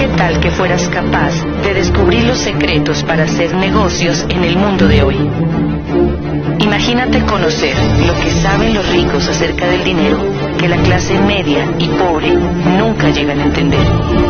¿Qué tal que fueras capaz de descubrir los secretos para hacer negocios en el mundo de hoy? Imagínate conocer lo que saben los ricos acerca del dinero que la clase media y pobre nunca llegan a entender.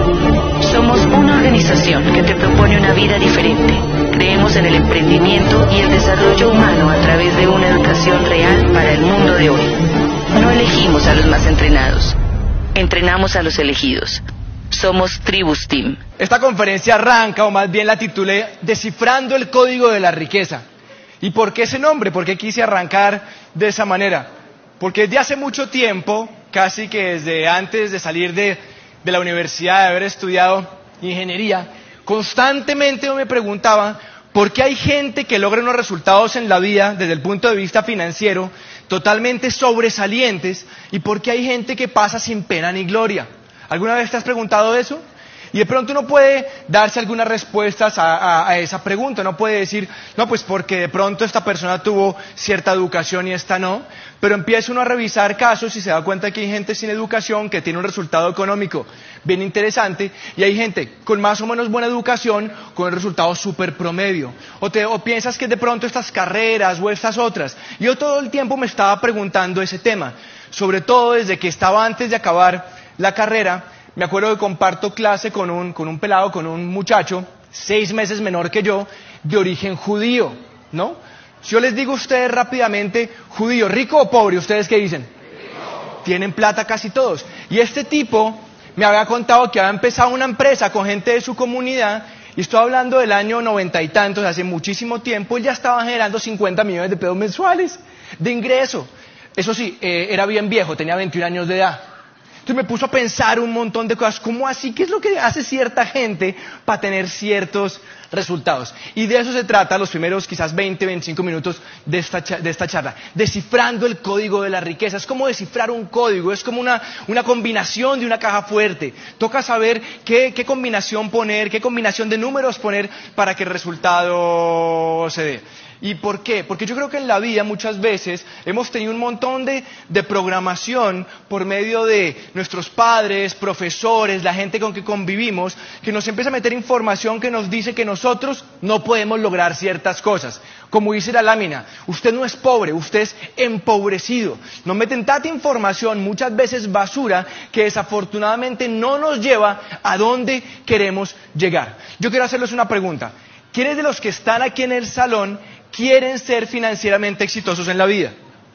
Somos una organización que te propone una vida diferente. Creemos en el emprendimiento y el desarrollo humano a través de una educación real para el mundo de hoy. No elegimos a los más entrenados, entrenamos a los elegidos. Somos Tribus Team. Esta conferencia arranca, o más bien la titulé, Descifrando el Código de la Riqueza. ¿Y por qué ese nombre? ¿Por qué quise arrancar de esa manera? Porque desde hace mucho tiempo, casi que desde antes de salir de la universidad, de haber estudiado ingeniería, constantemente yo me preguntaba por qué hay gente que logra unos resultados en la vida desde el punto de vista financiero totalmente sobresalientes y por qué hay gente que pasa sin pena ni gloria. ¿Alguna vez te has preguntado eso? Y de pronto uno puede darse algunas respuestas a esa pregunta. Uno puede decir, no, pues porque de pronto esta persona tuvo cierta educación y esta no. Pero empieza uno a revisar casos y se da cuenta que hay gente sin educación que tiene un resultado económico bien interesante. Y hay gente con más o menos buena educación con el resultado súper promedio. O piensas que de pronto estas carreras o estas otras. Yo todo el tiempo me estaba preguntando ese tema. Sobre todo desde que estaba antes de acabar la carrera. Me acuerdo que comparto clase con un pelado, con un muchacho, 6 meses menor que yo, de origen judío, ¿no? Si yo les digo a ustedes rápidamente, judío, ¿rico o pobre? ¿Ustedes qué dicen? Rico. Tienen plata casi todos. Y este tipo me había contado que había empezado una empresa con gente de su comunidad, y estoy hablando del año 90 y tantos, hace muchísimo tiempo, él ya estaba generando 50 millones de pesos mensuales de ingreso. Eso sí, era bien viejo, tenía 21 años de edad. Entonces me puso a pensar un montón de cosas. ¿Cómo así? ¿Qué es lo que hace cierta gente para tener ciertos resultados? Y de eso se trata los primeros quizás 20, 25 minutos de esta charla. Descifrando el código de la riqueza. Es como descifrar un código. Es como una combinación de una caja fuerte. Toca saber qué combinación poner, qué combinación de números poner para que el resultado se dé. ¿Y por qué? Porque yo creo que en la vida muchas veces hemos tenido un montón de programación por medio de nuestros padres, profesores, la gente con que convivimos, que nos empieza a meter información que nos dice que nosotros no podemos lograr ciertas cosas. Como dice la lámina, usted no es pobre, usted es empobrecido. Nos meten tanta información, muchas veces basura, que desafortunadamente no nos lleva a donde queremos llegar. Yo quiero hacerles una pregunta. ¿Quiénes de los que están aquí en el salón quieren ser financieramente exitosos en la vida?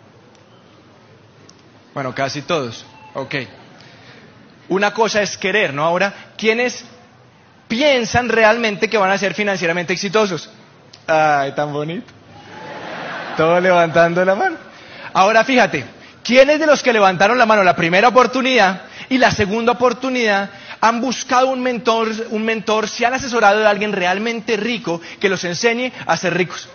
Bueno, casi todos. Ok. Una cosa es querer, ¿no? Ahora, ¿quiénes piensan realmente que van a ser financieramente exitosos? Ay, tan bonito. Todos levantando la mano. Ahora, fíjate, ¿quiénes de los que levantaron la mano la primera oportunidad y la segunda oportunidad han buscado un mentor, se han asesorado de alguien realmente rico que los enseñe a ser ricos?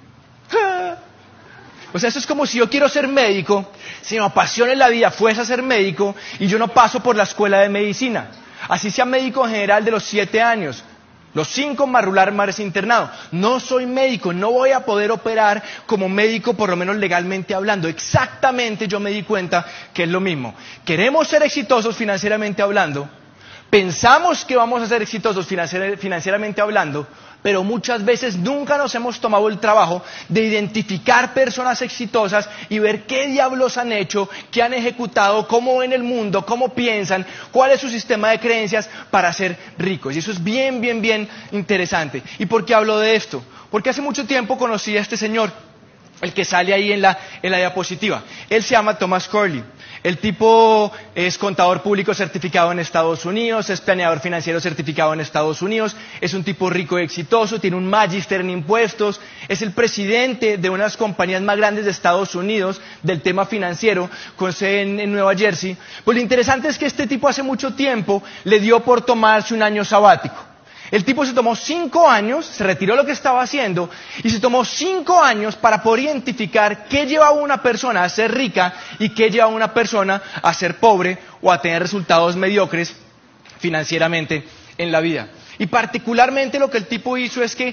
O sea, eso es como si yo quiero ser médico, si me apasiona en la vida, fuese a ser médico y yo no paso por la escuela de medicina. Así sea médico general de los 7 años, los 5 más rural más internado. No soy médico, no voy a poder operar como médico, por lo menos legalmente hablando. Exactamente yo me di cuenta que es lo mismo. Queremos ser exitosos financieramente hablando, pensamos que vamos a ser exitosos financieramente hablando, pero muchas veces nunca nos hemos tomado el trabajo de identificar personas exitosas y ver qué diablos han hecho, qué han ejecutado, cómo ven el mundo, cómo piensan, cuál es su sistema de creencias para ser ricos. Y eso es bien, bien, bien interesante. ¿Y por qué hablo de esto? Porque hace mucho tiempo conocí a este señor, el que sale ahí en la diapositiva. Él se llama Thomas Corley. El tipo es contador público certificado en Estados Unidos, es planeador financiero certificado en Estados Unidos, es un tipo rico y exitoso, tiene un magíster en impuestos, es el presidente de una de las compañías más grandes de Estados Unidos del tema financiero, con sede en Nueva Jersey. Pues lo interesante es que este tipo hace mucho tiempo le dio por tomarse un año sabático. El tipo se tomó 5 años, se retiró lo que estaba haciendo y se tomó 5 años para poder identificar qué lleva a una persona a ser rica y qué lleva a una persona a ser pobre o a tener resultados mediocres financieramente en la vida. Y particularmente lo que el tipo hizo es que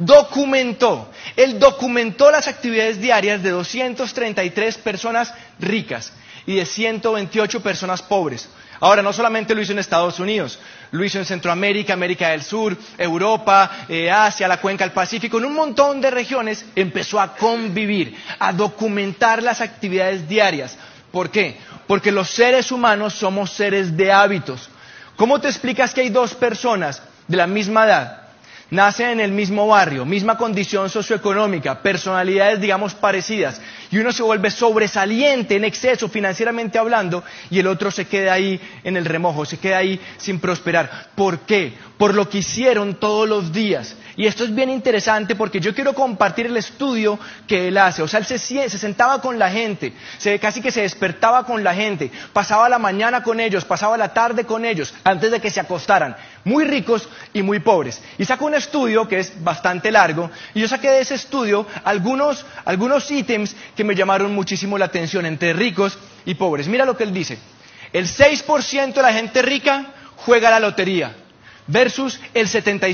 él documentó las actividades diarias de 233 personas ricas y de 128 personas pobres. Ahora, no solamente lo hizo en Estados Unidos, lo hizo en Centroamérica, América del Sur, Europa, Asia, la cuenca del Pacífico, en un montón de regiones empezó a convivir, a documentar las actividades diarias. ¿Por qué? Porque los seres humanos somos seres de hábitos. ¿Cómo te explicas que hay dos personas de la misma edad? Nacen en el mismo barrio, misma condición socioeconómica, personalidades, digamos, parecidas, y uno se vuelve sobresaliente en exceso financieramente hablando, y el otro se queda ahí en el remojo, se queda ahí sin prosperar. ¿Por qué? Por lo que hicieron todos los días. Y esto es bien interesante porque yo quiero compartir el estudio que él hace. O sea, él se sentaba con la gente, casi que se despertaba con la gente, pasaba la mañana con ellos, pasaba la tarde con ellos, antes de que se acostaran, muy ricos y muy pobres. Y sacó un estudio que es bastante largo, y yo saqué de ese estudio algunos ítems que me llamaron muchísimo la atención entre ricos y pobres. Mira lo que él dice: el 6% de la gente rica juega a la lotería, versus el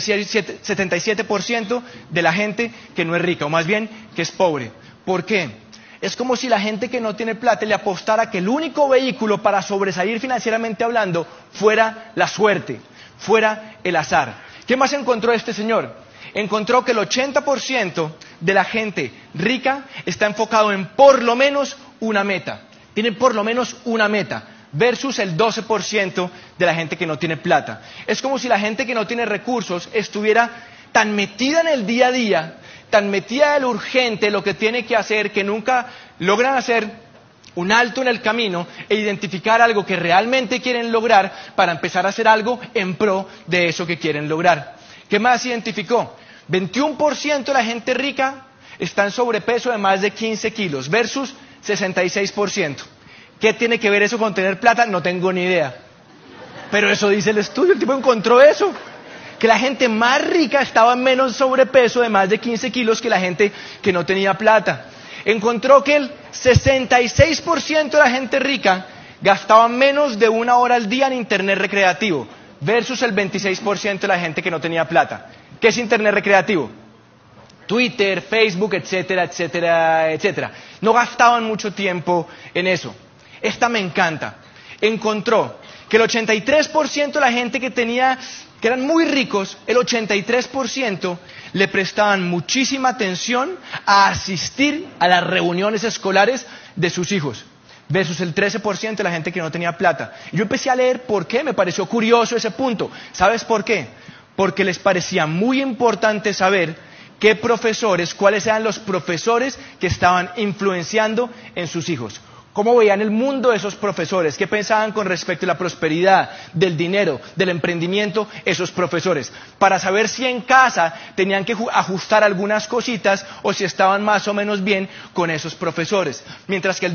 77% de la gente que no es rica, o más bien que es pobre. ¿Por qué? Es como si la gente que no tiene plata le apostara que el único vehículo para sobresalir financieramente hablando fuera la suerte, fuera el azar. ¿Qué más encontró este señor? Encontró que el 80% de la gente rica está enfocado en por lo menos una meta. Tiene por lo menos una meta, versus el 12% de la gente que no tiene plata. Es como si la gente que no tiene recursos estuviera tan metida en el día a día, tan metida en lo urgente, lo que tiene que hacer, que nunca logran hacer un alto en el camino e identificar algo que realmente quieren lograr para empezar a hacer algo en pro de eso que quieren lograr. ¿Qué más identificó? 21% de la gente rica está en sobrepeso de más de 15 kilos, versus 66%. ¿Qué tiene que ver eso con tener plata? No tengo ni idea. Pero eso dice el estudio, el tipo encontró eso. Que la gente más rica estaba en menos sobrepeso de más de 15 kilos que la gente que no tenía plata. Encontró que el 66% de la gente rica gastaba menos de 1 hora al día en internet recreativo, versus el 26% de la gente que no tenía plata. ¿Qué es internet recreativo? Twitter, Facebook, etcétera, etcétera, etcétera. No gastaban mucho tiempo en eso. Esta me encanta. Encontró que el 83% de la gente que eran muy ricos, el 83% le prestaban muchísima atención a asistir a las reuniones escolares de sus hijos, versus el 13% de la gente que no tenía plata. Y yo empecé a leer por qué, me pareció curioso ese punto. ¿Sabes por qué? Porque les parecía muy importante saber qué profesores, cuáles eran los profesores que estaban influenciando en sus hijos. ¿Cómo veían el mundo esos profesores? ¿Qué pensaban con respecto a la prosperidad, del dinero, del emprendimiento esos profesores? Para saber si en casa tenían que ajustar algunas cositas o si estaban más o menos bien con esos profesores. Mientras que el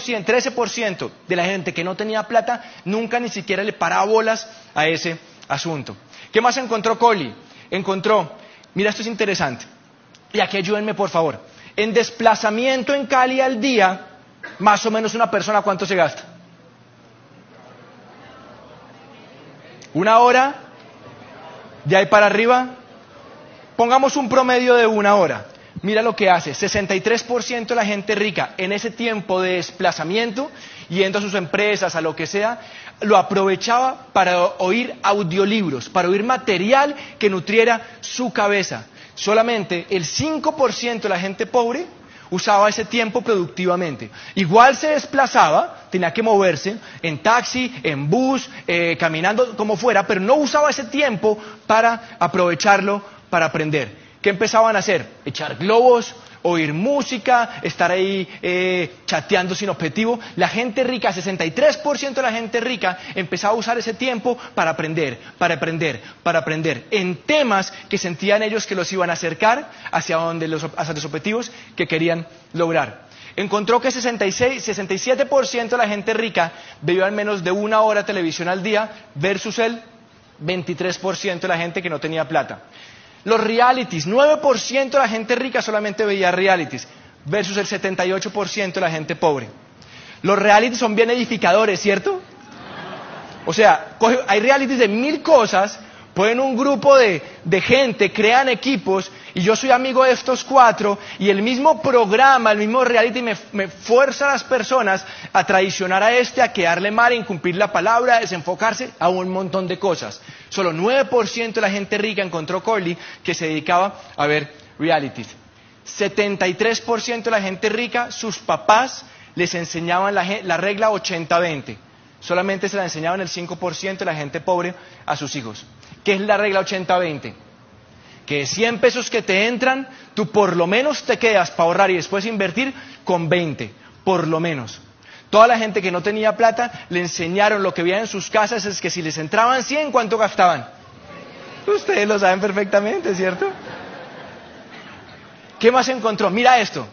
13% de la gente que no tenía plata nunca ni siquiera le paraba bolas a ese asunto. ¿Qué más encontró Coley? Encontró, mira, esto es interesante, y aquí ayúdenme por favor, en desplazamiento en Cali al día, más o menos una persona, ¿cuánto se gasta? 1 hora, de ahí para arriba, pongamos un promedio de 1 hora. Mira lo que hace, 63% de la gente rica en ese tiempo de desplazamiento, yendo a sus empresas, a lo que sea, lo aprovechaba para oír audiolibros, para oír material que nutriera su cabeza. Solamente el 5% de la gente pobre usaba ese tiempo productivamente. Igual se desplazaba, tenía que moverse en taxi, en bus, caminando, como fuera, pero no usaba ese tiempo para aprovecharlo para aprender. ¿Qué empezaban a hacer? Echar globos, oír música, estar ahí chateando sin objetivo. La gente rica, 63% de la gente rica empezaba a usar ese tiempo para aprender, en temas que sentían ellos que los iban a acercar hacia los objetivos que querían lograr. Encontró que 67% de la gente rica veía al menos de 1 hora televisión al día, versus el 23% de la gente que no tenía plata. Los realities, 9% de la gente rica solamente veía realities, versus el 78% de la gente pobre. Los realities son bien edificadores, ¿cierto? O sea, hay realities de 1000 cosas, ponen un grupo de gente, crean equipos y yo soy amigo de estos 4 y el mismo programa, el mismo reality me fuerza a las personas a traicionar a a quedarle mal, a incumplir la palabra, a desenfocarse, a un montón de cosas. Solo 9% de la gente rica encontró Coley que se dedicaba a ver realities. 73% de la gente rica, sus papás les enseñaban la regla 80-20. Solamente se la enseñaban el 5% de la gente pobre a sus hijos. ¿Qué es la regla 80-20? Que de 100 pesos que te entran, tú por lo menos te quedas para ahorrar y después invertir con 20, por lo menos. Toda la gente que no tenía plata le enseñaron lo que veían en sus casas es que si les entraban 100, ¿cuánto gastaban? Ustedes lo saben perfectamente, ¿cierto? ¿Qué más encontró? Mira esto.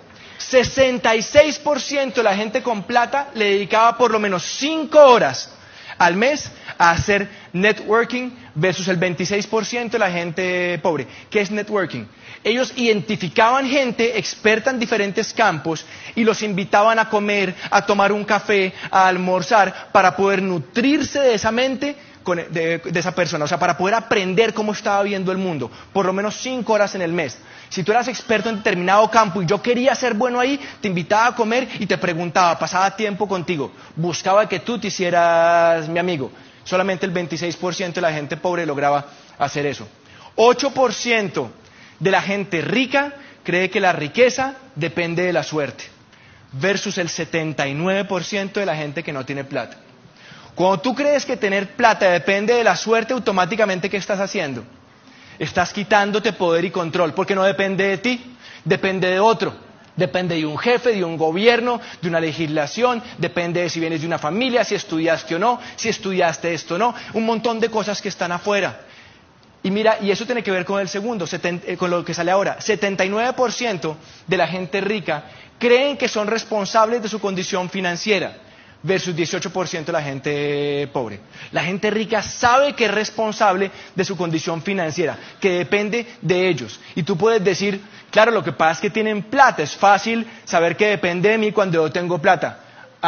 66% de la gente con plata le dedicaba por lo menos 5 horas al mes a hacer networking versus el 26% de la gente pobre. ¿Qué es networking? Ellos identificaban gente experta en diferentes campos y los invitaban a comer, a tomar un café, a almorzar para poder nutrirse de esa mente de esa persona, o sea, para poder aprender cómo estaba viendo el mundo, por lo menos 5 horas en el mes. Si tú eras experto en determinado campo y yo quería ser bueno ahí, te invitaba a comer y te preguntaba, pasaba tiempo contigo, buscaba que tú te hicieras mi amigo. Solamente el 26% de la gente pobre lograba hacer eso. 8% de la gente rica cree que la riqueza depende de la suerte, versus el 79% de la gente que no tiene plata. Cuando tú crees que tener plata depende de la suerte, automáticamente, ¿qué estás haciendo? Estás quitándote poder y control, porque no depende de ti, depende de otro. Depende de un jefe, de un gobierno, de una legislación, depende de si vienes de una familia, si estudiaste o no, si estudiaste esto o no, un montón de cosas que están afuera. Y mira, y eso tiene que ver con el segundo, con lo que sale ahora. 79% de la gente rica creen que son responsables de su condición financiera, versus 18% de la gente pobre. La gente rica sabe que es responsable de su condición financiera, que depende de ellos. Y tú puedes decir, claro, lo que pasa es que tienen plata, es fácil saber que depende de mí cuando yo tengo plata.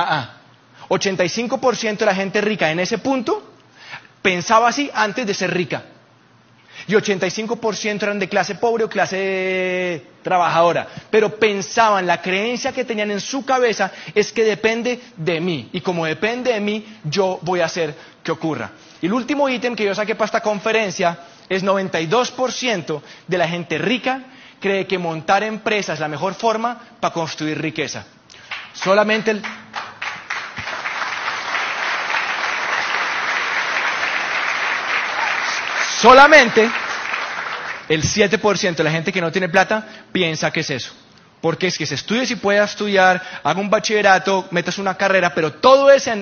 85% de la gente rica en ese punto pensaba así antes de ser rica. Y 85% eran de clase pobre o clase trabajadora, pero pensaban, la creencia que tenían en su cabeza es que depende de mí, y como depende de mí, yo voy a hacer que ocurra. Y el último ítem que yo saqué para esta conferencia es 92% de la gente rica cree que montar empresas es la mejor forma para construir riqueza. Solamente el 7% de la gente que no tiene plata piensa que es eso. Porque es que se estudie si pueda estudiar, haga un bachillerato, metas una carrera, pero todo es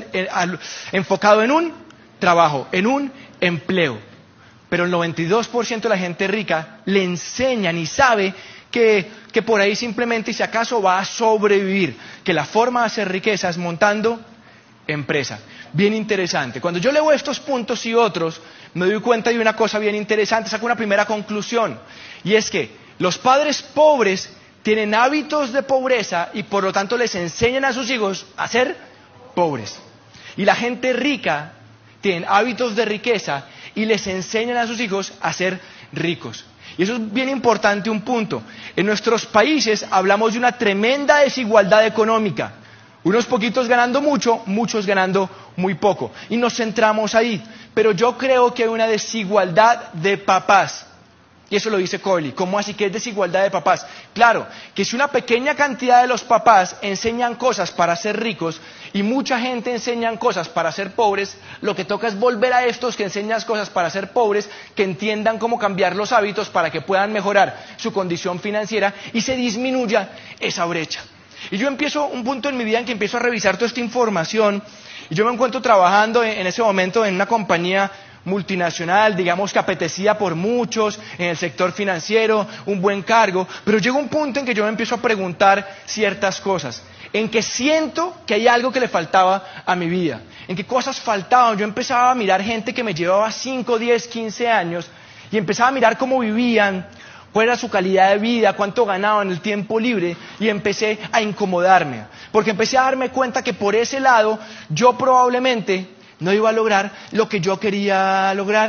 enfocado en un trabajo, en un empleo. Pero el 92% de la gente rica le enseñan y sabe que por ahí simplemente, y si acaso, va a sobrevivir. Que la forma de hacer riqueza es montando empresa. Bien interesante. Cuando yo leo estos puntos y otros, me doy cuenta de una cosa bien interesante, saco una primera conclusión, y es que los padres pobres tienen hábitos de pobreza y por lo tanto les enseñan a sus hijos a ser pobres. Y la gente rica tiene hábitos de riqueza y les enseñan a sus hijos a ser ricos. Y eso es bien importante, un punto. En nuestros países hablamos de una tremenda desigualdad económica. Unos poquitos ganando mucho, muchos ganando muy poco. Y nos centramos ahí. Pero yo creo que hay una desigualdad de papás. Y eso lo dice Coley. ¿Cómo así que es desigualdad de papás? Claro, que si una pequeña cantidad de los papás enseñan cosas para ser ricos y mucha gente enseñan cosas para ser pobres, lo que toca es volver a estos que enseñan cosas para ser pobres, que entiendan cómo cambiar los hábitos para que puedan mejorar su condición financiera y se disminuya esa brecha. Y yo empiezo un punto en mi vida en que empiezo a revisar toda esta información y yo me encuentro trabajando en ese momento en una compañía multinacional, digamos que apetecida por muchos, en el sector financiero, un buen cargo, pero llega un punto en que yo me empiezo a preguntar ciertas cosas, en que siento que hay algo que le faltaba a mi vida, en que cosas faltaban. Yo empezaba a mirar gente que me llevaba 5, 10, 15 años y empezaba a mirar cómo vivían, cuál era su calidad de vida, cuánto ganaban en el tiempo libre, y empecé a incomodarme, porque empecé a darme cuenta que por ese lado yo probablemente no iba a lograr lo que yo quería lograr.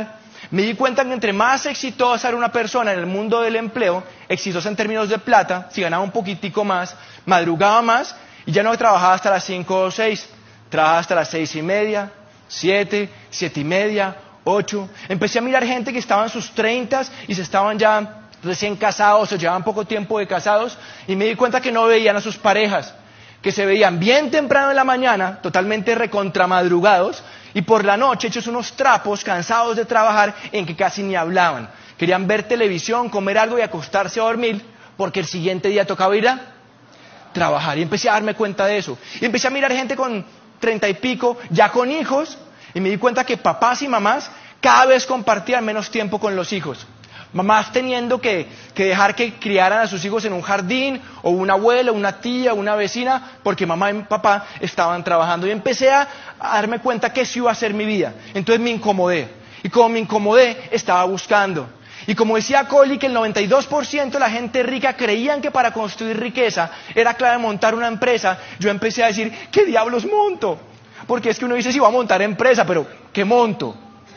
Me di cuenta que entre más exitosa era una persona en el mundo del empleo, exitosa en términos de plata, si ganaba un poquitico más, madrugaba más y ya no trabajaba hasta las 5 o 6, trabajaba hasta las 6:30, 7, 7:30, 8. Empecé a mirar gente que estaba en sus 30s y se estaban ya recién casados o llevaban poco tiempo de casados y me di cuenta que no veían a sus parejas, que se veían bien temprano en la mañana, totalmente recontramadrugados, y por la noche hechos unos trapos, cansados de trabajar, en que casi ni hablaban. Querían ver televisión, comer algo y acostarse a dormir, porque el siguiente día tocaba ir a trabajar. Y empecé a darme cuenta de eso. Y empecé a mirar gente con 30 y pico, ya con hijos, y me di cuenta que papás y mamás cada vez compartían menos tiempo con los hijos. Mamás teniendo que dejar que criaran a sus hijos en un jardín, o una abuela, una tía, una vecina, porque mamá y papá estaban trabajando. Y empecé a darme cuenta que eso iba a ser mi vida. Entonces me incomodé. Y como me incomodé, estaba buscando. Y como decía Coley, que el 92% de la gente rica creían que para construir riqueza era clave montar una empresa, yo empecé a decir, ¿qué diablos monto? Porque es que uno dice, sí, voy a montar empresa, pero ¿qué monto?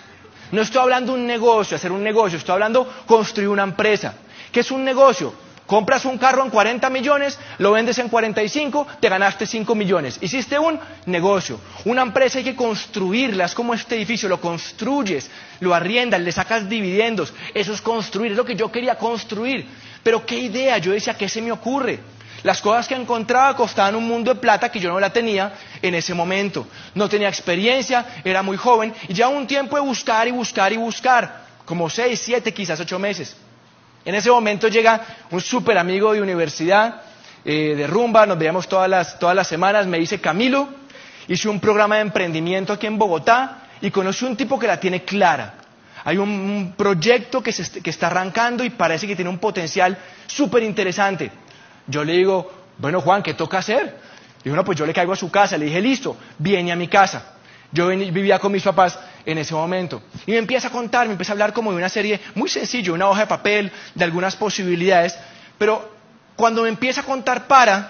No estoy hablando de un negocio, hacer un negocio, estoy hablando de construir una empresa. ¿Qué es un negocio? Compras un carro en 40 millones, lo vendes en 45, te ganaste 5 millones. Hiciste un negocio. Una empresa hay que construirla, es como este edificio, lo construyes, lo arriendas, le sacas dividendos. Eso es construir, es lo que yo quería construir. Pero ¿qué idea? Yo decía, ¿qué se me ocurre? Las cosas que encontraba costaban un mundo de plata que yo no la tenía en ese momento. No tenía experiencia, era muy joven y llevaba un tiempo de buscar y buscar y buscar, como 6, 7, quizás 8 meses. En ese momento llega un súper amigo de universidad, de rumba, nos veíamos todas las semanas, me dice, Camilo, hice un programa de emprendimiento aquí en Bogotá y conocí un tipo que la tiene clara. Hay un proyecto que está arrancando y parece que tiene un potencial súper interesante. Yo le digo, bueno Juan, ¿qué toca hacer? Y bueno, pues yo le caigo a su casa, le dije, listo, viene a mi casa. Yo vivía con mis papás en ese momento. Y me empieza a contar, me empieza a hablar como de una serie muy sencilla, una hoja de papel, de algunas posibilidades. Pero cuando me empieza a contar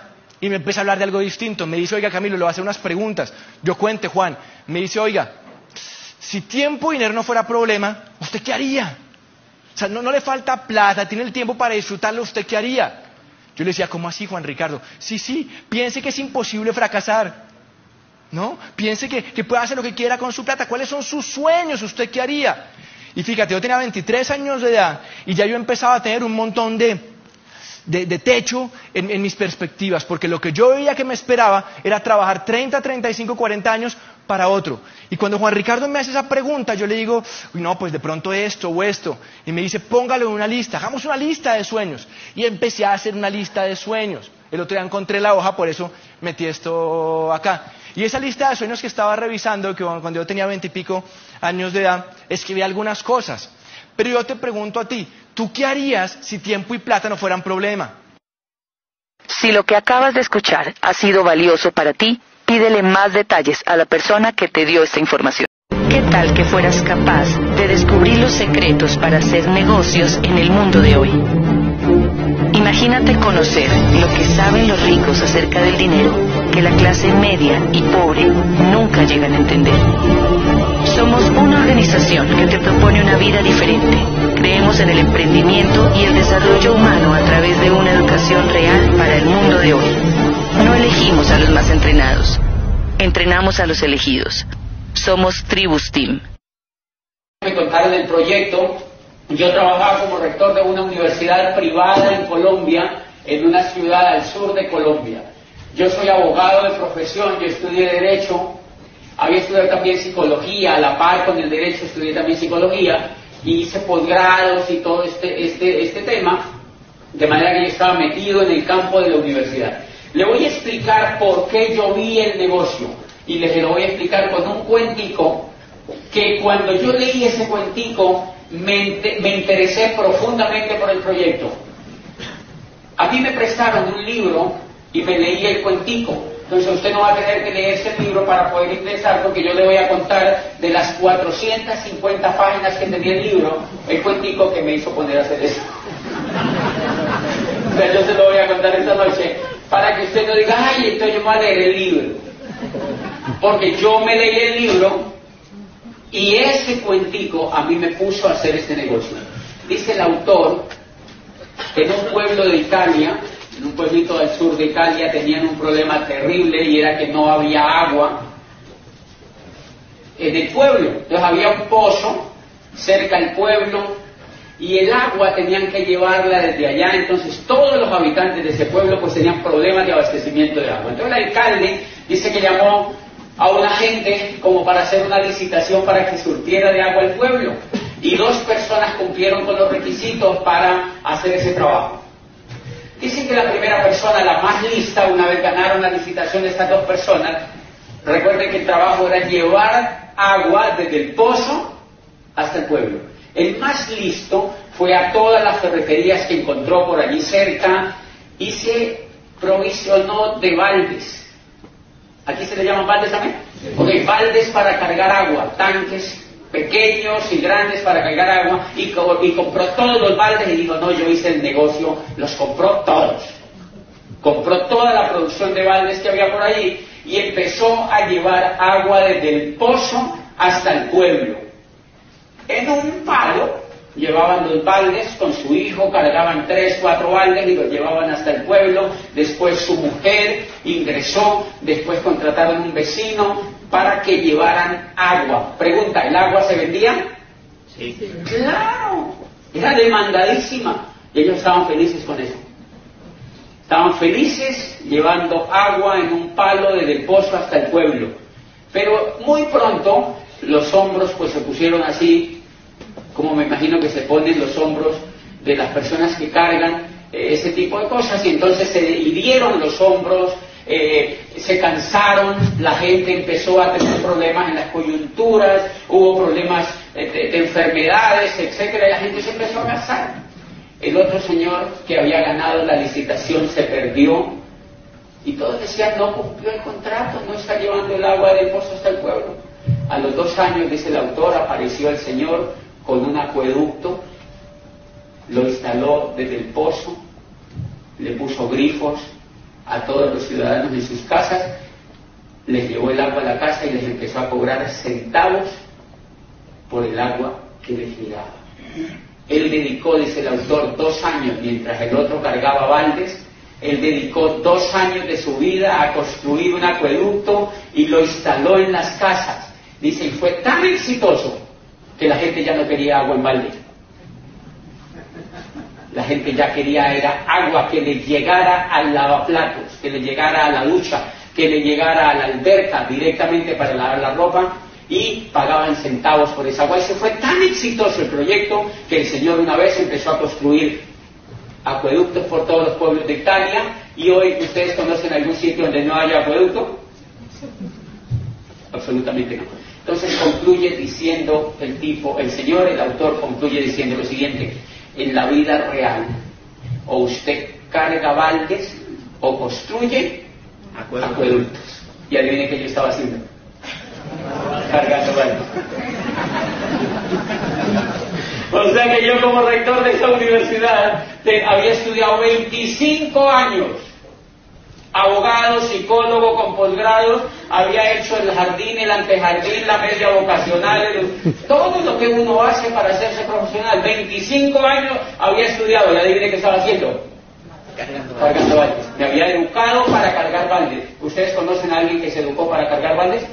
y me empieza a hablar de algo distinto. Me dice, oiga Camilo, le voy a hacer unas preguntas. Yo cuente, Juan. Me dice, oiga, si tiempo y dinero no fuera problema, ¿usted qué haría? O sea, no le falta plata, tiene el tiempo para disfrutarlo, ¿usted qué haría? Yo le decía, ¿cómo así, Juan Ricardo? Sí, piense que es imposible fracasar, ¿no? Piense que puede hacer lo que quiera con su plata. ¿Cuáles son sus sueños? ¿Usted qué haría? Y fíjate, yo tenía 23 años de edad y ya yo empezaba a tener un montón de techo en mis perspectivas, porque lo que yo veía que me esperaba era trabajar 30, 35, 40 años para otro. Y cuando Juan Ricardo me hace esa pregunta, yo le digo, no, pues de pronto esto o esto. Y me dice, póngalo en una lista, hagamos una lista de sueños. Y empecé a hacer una lista de sueños. El otro día encontré la hoja, por eso metí esto acá. Y esa lista de sueños que estaba revisando, que cuando yo tenía 20 y pico años de edad, escribí algunas cosas. Pero yo te pregunto a ti, ¿tú qué harías si tiempo y plata no fueran problema? Si lo que acabas de escuchar ha sido valioso para ti, pídele más detalles a la persona que te dio esta información. ¿Qué tal que fueras capaz de descubrir los secretos para hacer negocios en el mundo de hoy? Imagínate conocer lo que saben los ricos acerca del dinero que la clase media y pobre nunca llegan a entender. Somos una organización que te propone una vida diferente. Creemos en el emprendimiento y el desarrollo humano a través de una educación real para el mundo de hoy. No elegimos a los más entrenados, entrenamos a los elegidos. Somos Tribus Team. Me contaron del proyecto. Yo trabajaba como rector de una universidad privada en Colombia, en una ciudad al sur de Colombia. Yo soy abogado de profesión, yo estudié Derecho, había estudiado también Psicología, a la par con el Derecho estudié también Psicología, y hice posgrados y todo este tema, de manera que yo estaba metido en el campo de la universidad. Le voy a explicar por qué yo vi el negocio, y les lo voy a explicar con un cuentico, que cuando yo leí ese cuentico, me interesé profundamente por el proyecto. A mí me prestaron un libro y me leí el cuentico. Entonces usted no va a tener que leerse el libro para poder ingresar, porque yo le voy a contar de las 450 páginas que tenía el libro, el cuentico que me hizo poner a hacer eso. O sea, yo se lo voy a contar esta noche para que usted no diga, ay, entonces yo me voy a leer el libro. Porque yo me leí el libro Y ese cuentico a mí me puso a hacer este negocio. Dice el autor que en un pueblo de Italia, en un pueblito del sur de Italia, tenían un problema terrible y era que no había agua en el pueblo. Entonces había un pozo cerca del pueblo y el agua tenían que llevarla desde allá. Entonces todos los habitantes de ese pueblo pues tenían problemas de abastecimiento de agua. Entonces el alcalde dice que llamó a una gente como para hacer una licitación para que surtiera de agua el pueblo, y 2 personas cumplieron con los requisitos para hacer ese trabajo. Dicen que la primera persona, la más lista, una vez ganaron la licitación de estas 2 personas, recuerden que el trabajo era llevar agua desde el pozo hasta el pueblo. El más listo fue a todas las ferreterías que encontró por allí cerca y se provisionó de baldes. ¿Aquí se le llaman baldes también? Ok, baldes para cargar agua, tanques pequeños y grandes para cargar agua, y compró todos los baldes y dijo, no, yo hice el negocio, los compró todos. Compró toda la producción de baldes que había por allí y empezó a llevar agua desde el pozo hasta el pueblo. En un palo llevaban los baldes con su hijo, cargaban 3, 4 baldes y los llevaban hasta el pueblo. Después su mujer ingresó, después contrataron un vecino para que llevaran agua. Pregunta, ¿el agua se vendía? Sí. ¡Claro! Era demandadísima. Y ellos estaban felices con eso. Estaban felices llevando agua en un palo desde el pozo hasta el pueblo. Pero muy pronto los hombros pues se pusieron así, como me imagino que se ponen los hombros de las personas que cargan ese tipo de cosas, y entonces se hirieron los hombros, se cansaron, la gente empezó a tener problemas en las coyunturas, hubo problemas de enfermedades, etcétera, y la gente se empezó a cansar. El otro señor que había ganado la licitación se perdió, y todos decían, no cumplió el contrato, no está llevando el agua del pozo hasta el pueblo. A los 2 años, dice el autor, apareció el señor con un acueducto, lo instaló desde el pozo, le puso grifos a todos los ciudadanos en sus casas, les llevó el agua a la casa y les empezó a cobrar centavos por el agua que les llegaba. Él dedicó, dice el autor, 2 años, mientras el otro cargaba baldes, él dedicó 2 años de su vida a construir un acueducto y lo instaló en las casas. Dice, y fue tan exitoso que la gente ya no quería agua en balde. La gente ya quería era agua que le llegara al lavaplatos, que le llegara a la ducha, que le llegara a la alberca directamente para lavar la ropa, y pagaban centavos por esa agua. Y se fue tan exitoso el proyecto que el Señor una vez empezó a construir acueductos por todos los pueblos de Italia. Y hoy, ¿ustedes conocen algún sitio donde no haya acueducto? Absolutamente no. Entonces concluye diciendo el Señor, el autor concluye diciendo lo siguiente: en la vida real, o usted carga baldes o construye acueductos. Y adivinen qué yo estaba haciendo, cargando baldes. O sea que yo, como rector de esa universidad, había estudiado 25 años, abogado, psicólogo con posgrados, había hecho el jardín, el antejardín, la media vocacional, todo lo que uno hace para hacerse profesional. 25 años había estudiado, y adivine qué estaba haciendo, cargando baldes. Me había educado para cargar baldes. ¿Ustedes conocen a alguien que se educó para cargar baldes?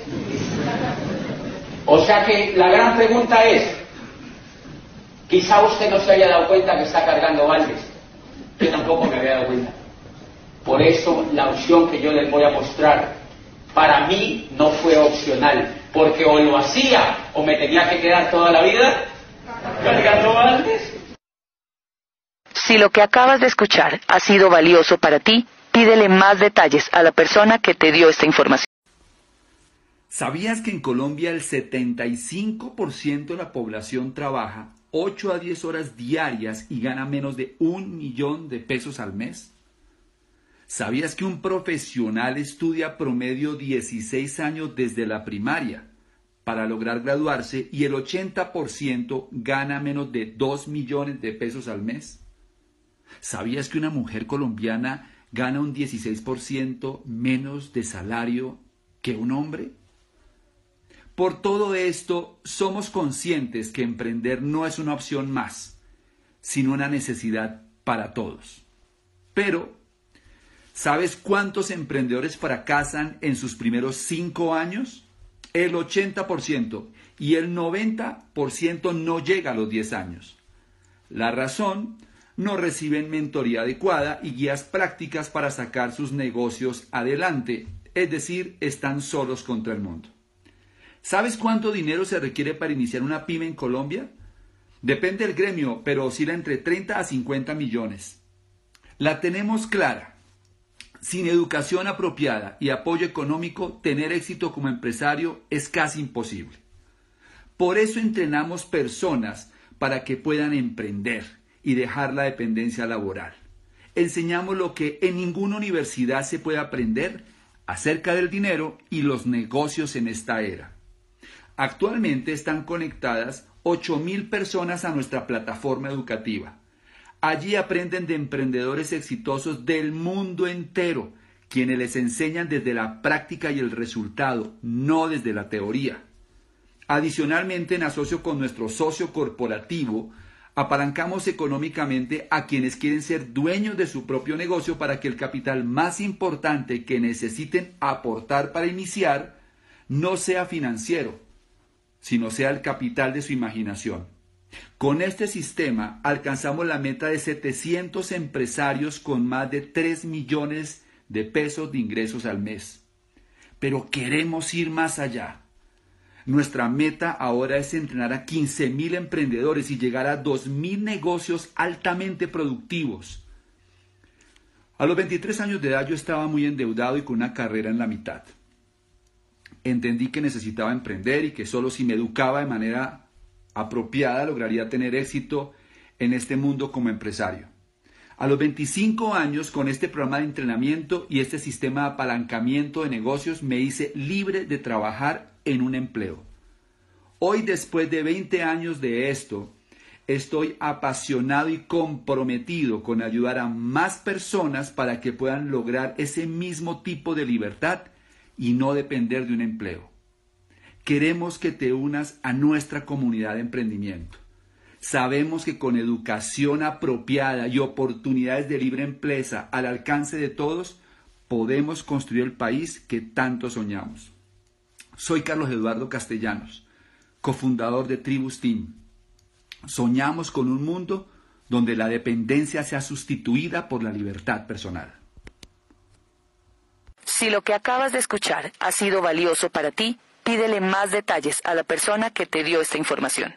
O sea que la gran pregunta es, quizá usted no se haya dado cuenta que está cargando baldes. Yo tampoco me había dado cuenta. Por eso la opción que yo les voy a mostrar, para mí no fue opcional, porque o lo hacía o me tenía que quedar toda la vida cargando baldes. Si lo que acabas de escuchar ha sido valioso para ti, pídele más detalles a la persona que te dio esta información. ¿Sabías que en Colombia el 75% de la población trabaja 8 a 10 horas diarias y gana menos de 1 millón de pesos al mes? ¿Sabías que un profesional estudia promedio 16 años desde la primaria para lograr graduarse y el 80% gana menos de 2 millones de pesos al mes? ¿Sabías que una mujer colombiana gana un 16% menos de salario que un hombre? Por todo esto, somos conscientes que emprender no es una opción más, sino una necesidad para todos. Pero, ¿sabes cuántos emprendedores fracasan en sus primeros 5 años? El 80%, y el 90% no llega a los 10 años. La razón: no reciben mentoría adecuada y guías prácticas para sacar sus negocios adelante, es decir, están solos contra el mundo. ¿Sabes cuánto dinero se requiere para iniciar una pyme en Colombia? Depende del gremio, pero oscila entre 30 a 50 millones. La tenemos clara. Sin educación apropiada y apoyo económico, tener éxito como empresario es casi imposible. Por eso entrenamos personas para que puedan emprender y dejar la dependencia laboral. Enseñamos lo que en ninguna universidad se puede aprender acerca del dinero y los negocios en esta era. Actualmente están conectadas 8.000 personas a nuestra plataforma educativa. Allí aprenden de emprendedores exitosos del mundo entero, quienes les enseñan desde la práctica y el resultado, no desde la teoría. Adicionalmente, en asocio con nuestro socio corporativo, apalancamos económicamente a quienes quieren ser dueños de su propio negocio para que el capital más importante que necesiten aportar para iniciar no sea financiero, sino sea el capital de su imaginación. Con este sistema alcanzamos la meta de 700 empresarios con más de 3 millones de pesos de ingresos al mes. Pero queremos ir más allá. Nuestra meta ahora es entrenar a 15.000 emprendedores y llegar a 2.000 negocios altamente productivos. A los 23 años de edad yo estaba muy endeudado y con una carrera en la mitad. Entendí que necesitaba emprender y que solo si me educaba de manera apropiada lograría tener éxito en este mundo como empresario. A los 25 años, con este programa de entrenamiento y este sistema de apalancamiento de negocios, me hice libre de trabajar en un empleo. Hoy, después de 20 años de esto, estoy apasionado y comprometido con ayudar a más personas para que puedan lograr ese mismo tipo de libertad y no depender de un empleo. Queremos que te unas a nuestra comunidad de emprendimiento. Sabemos que con educación apropiada y oportunidades de libre empresa al alcance de todos, podemos construir el país que tanto soñamos. Soy Carlos Eduardo Castellanos, cofundador de Tribus Team. Soñamos con un mundo donde la dependencia sea sustituida por la libertad personal. Si lo que acabas de escuchar ha sido valioso para ti, pídele más detalles a la persona que te dio esta información.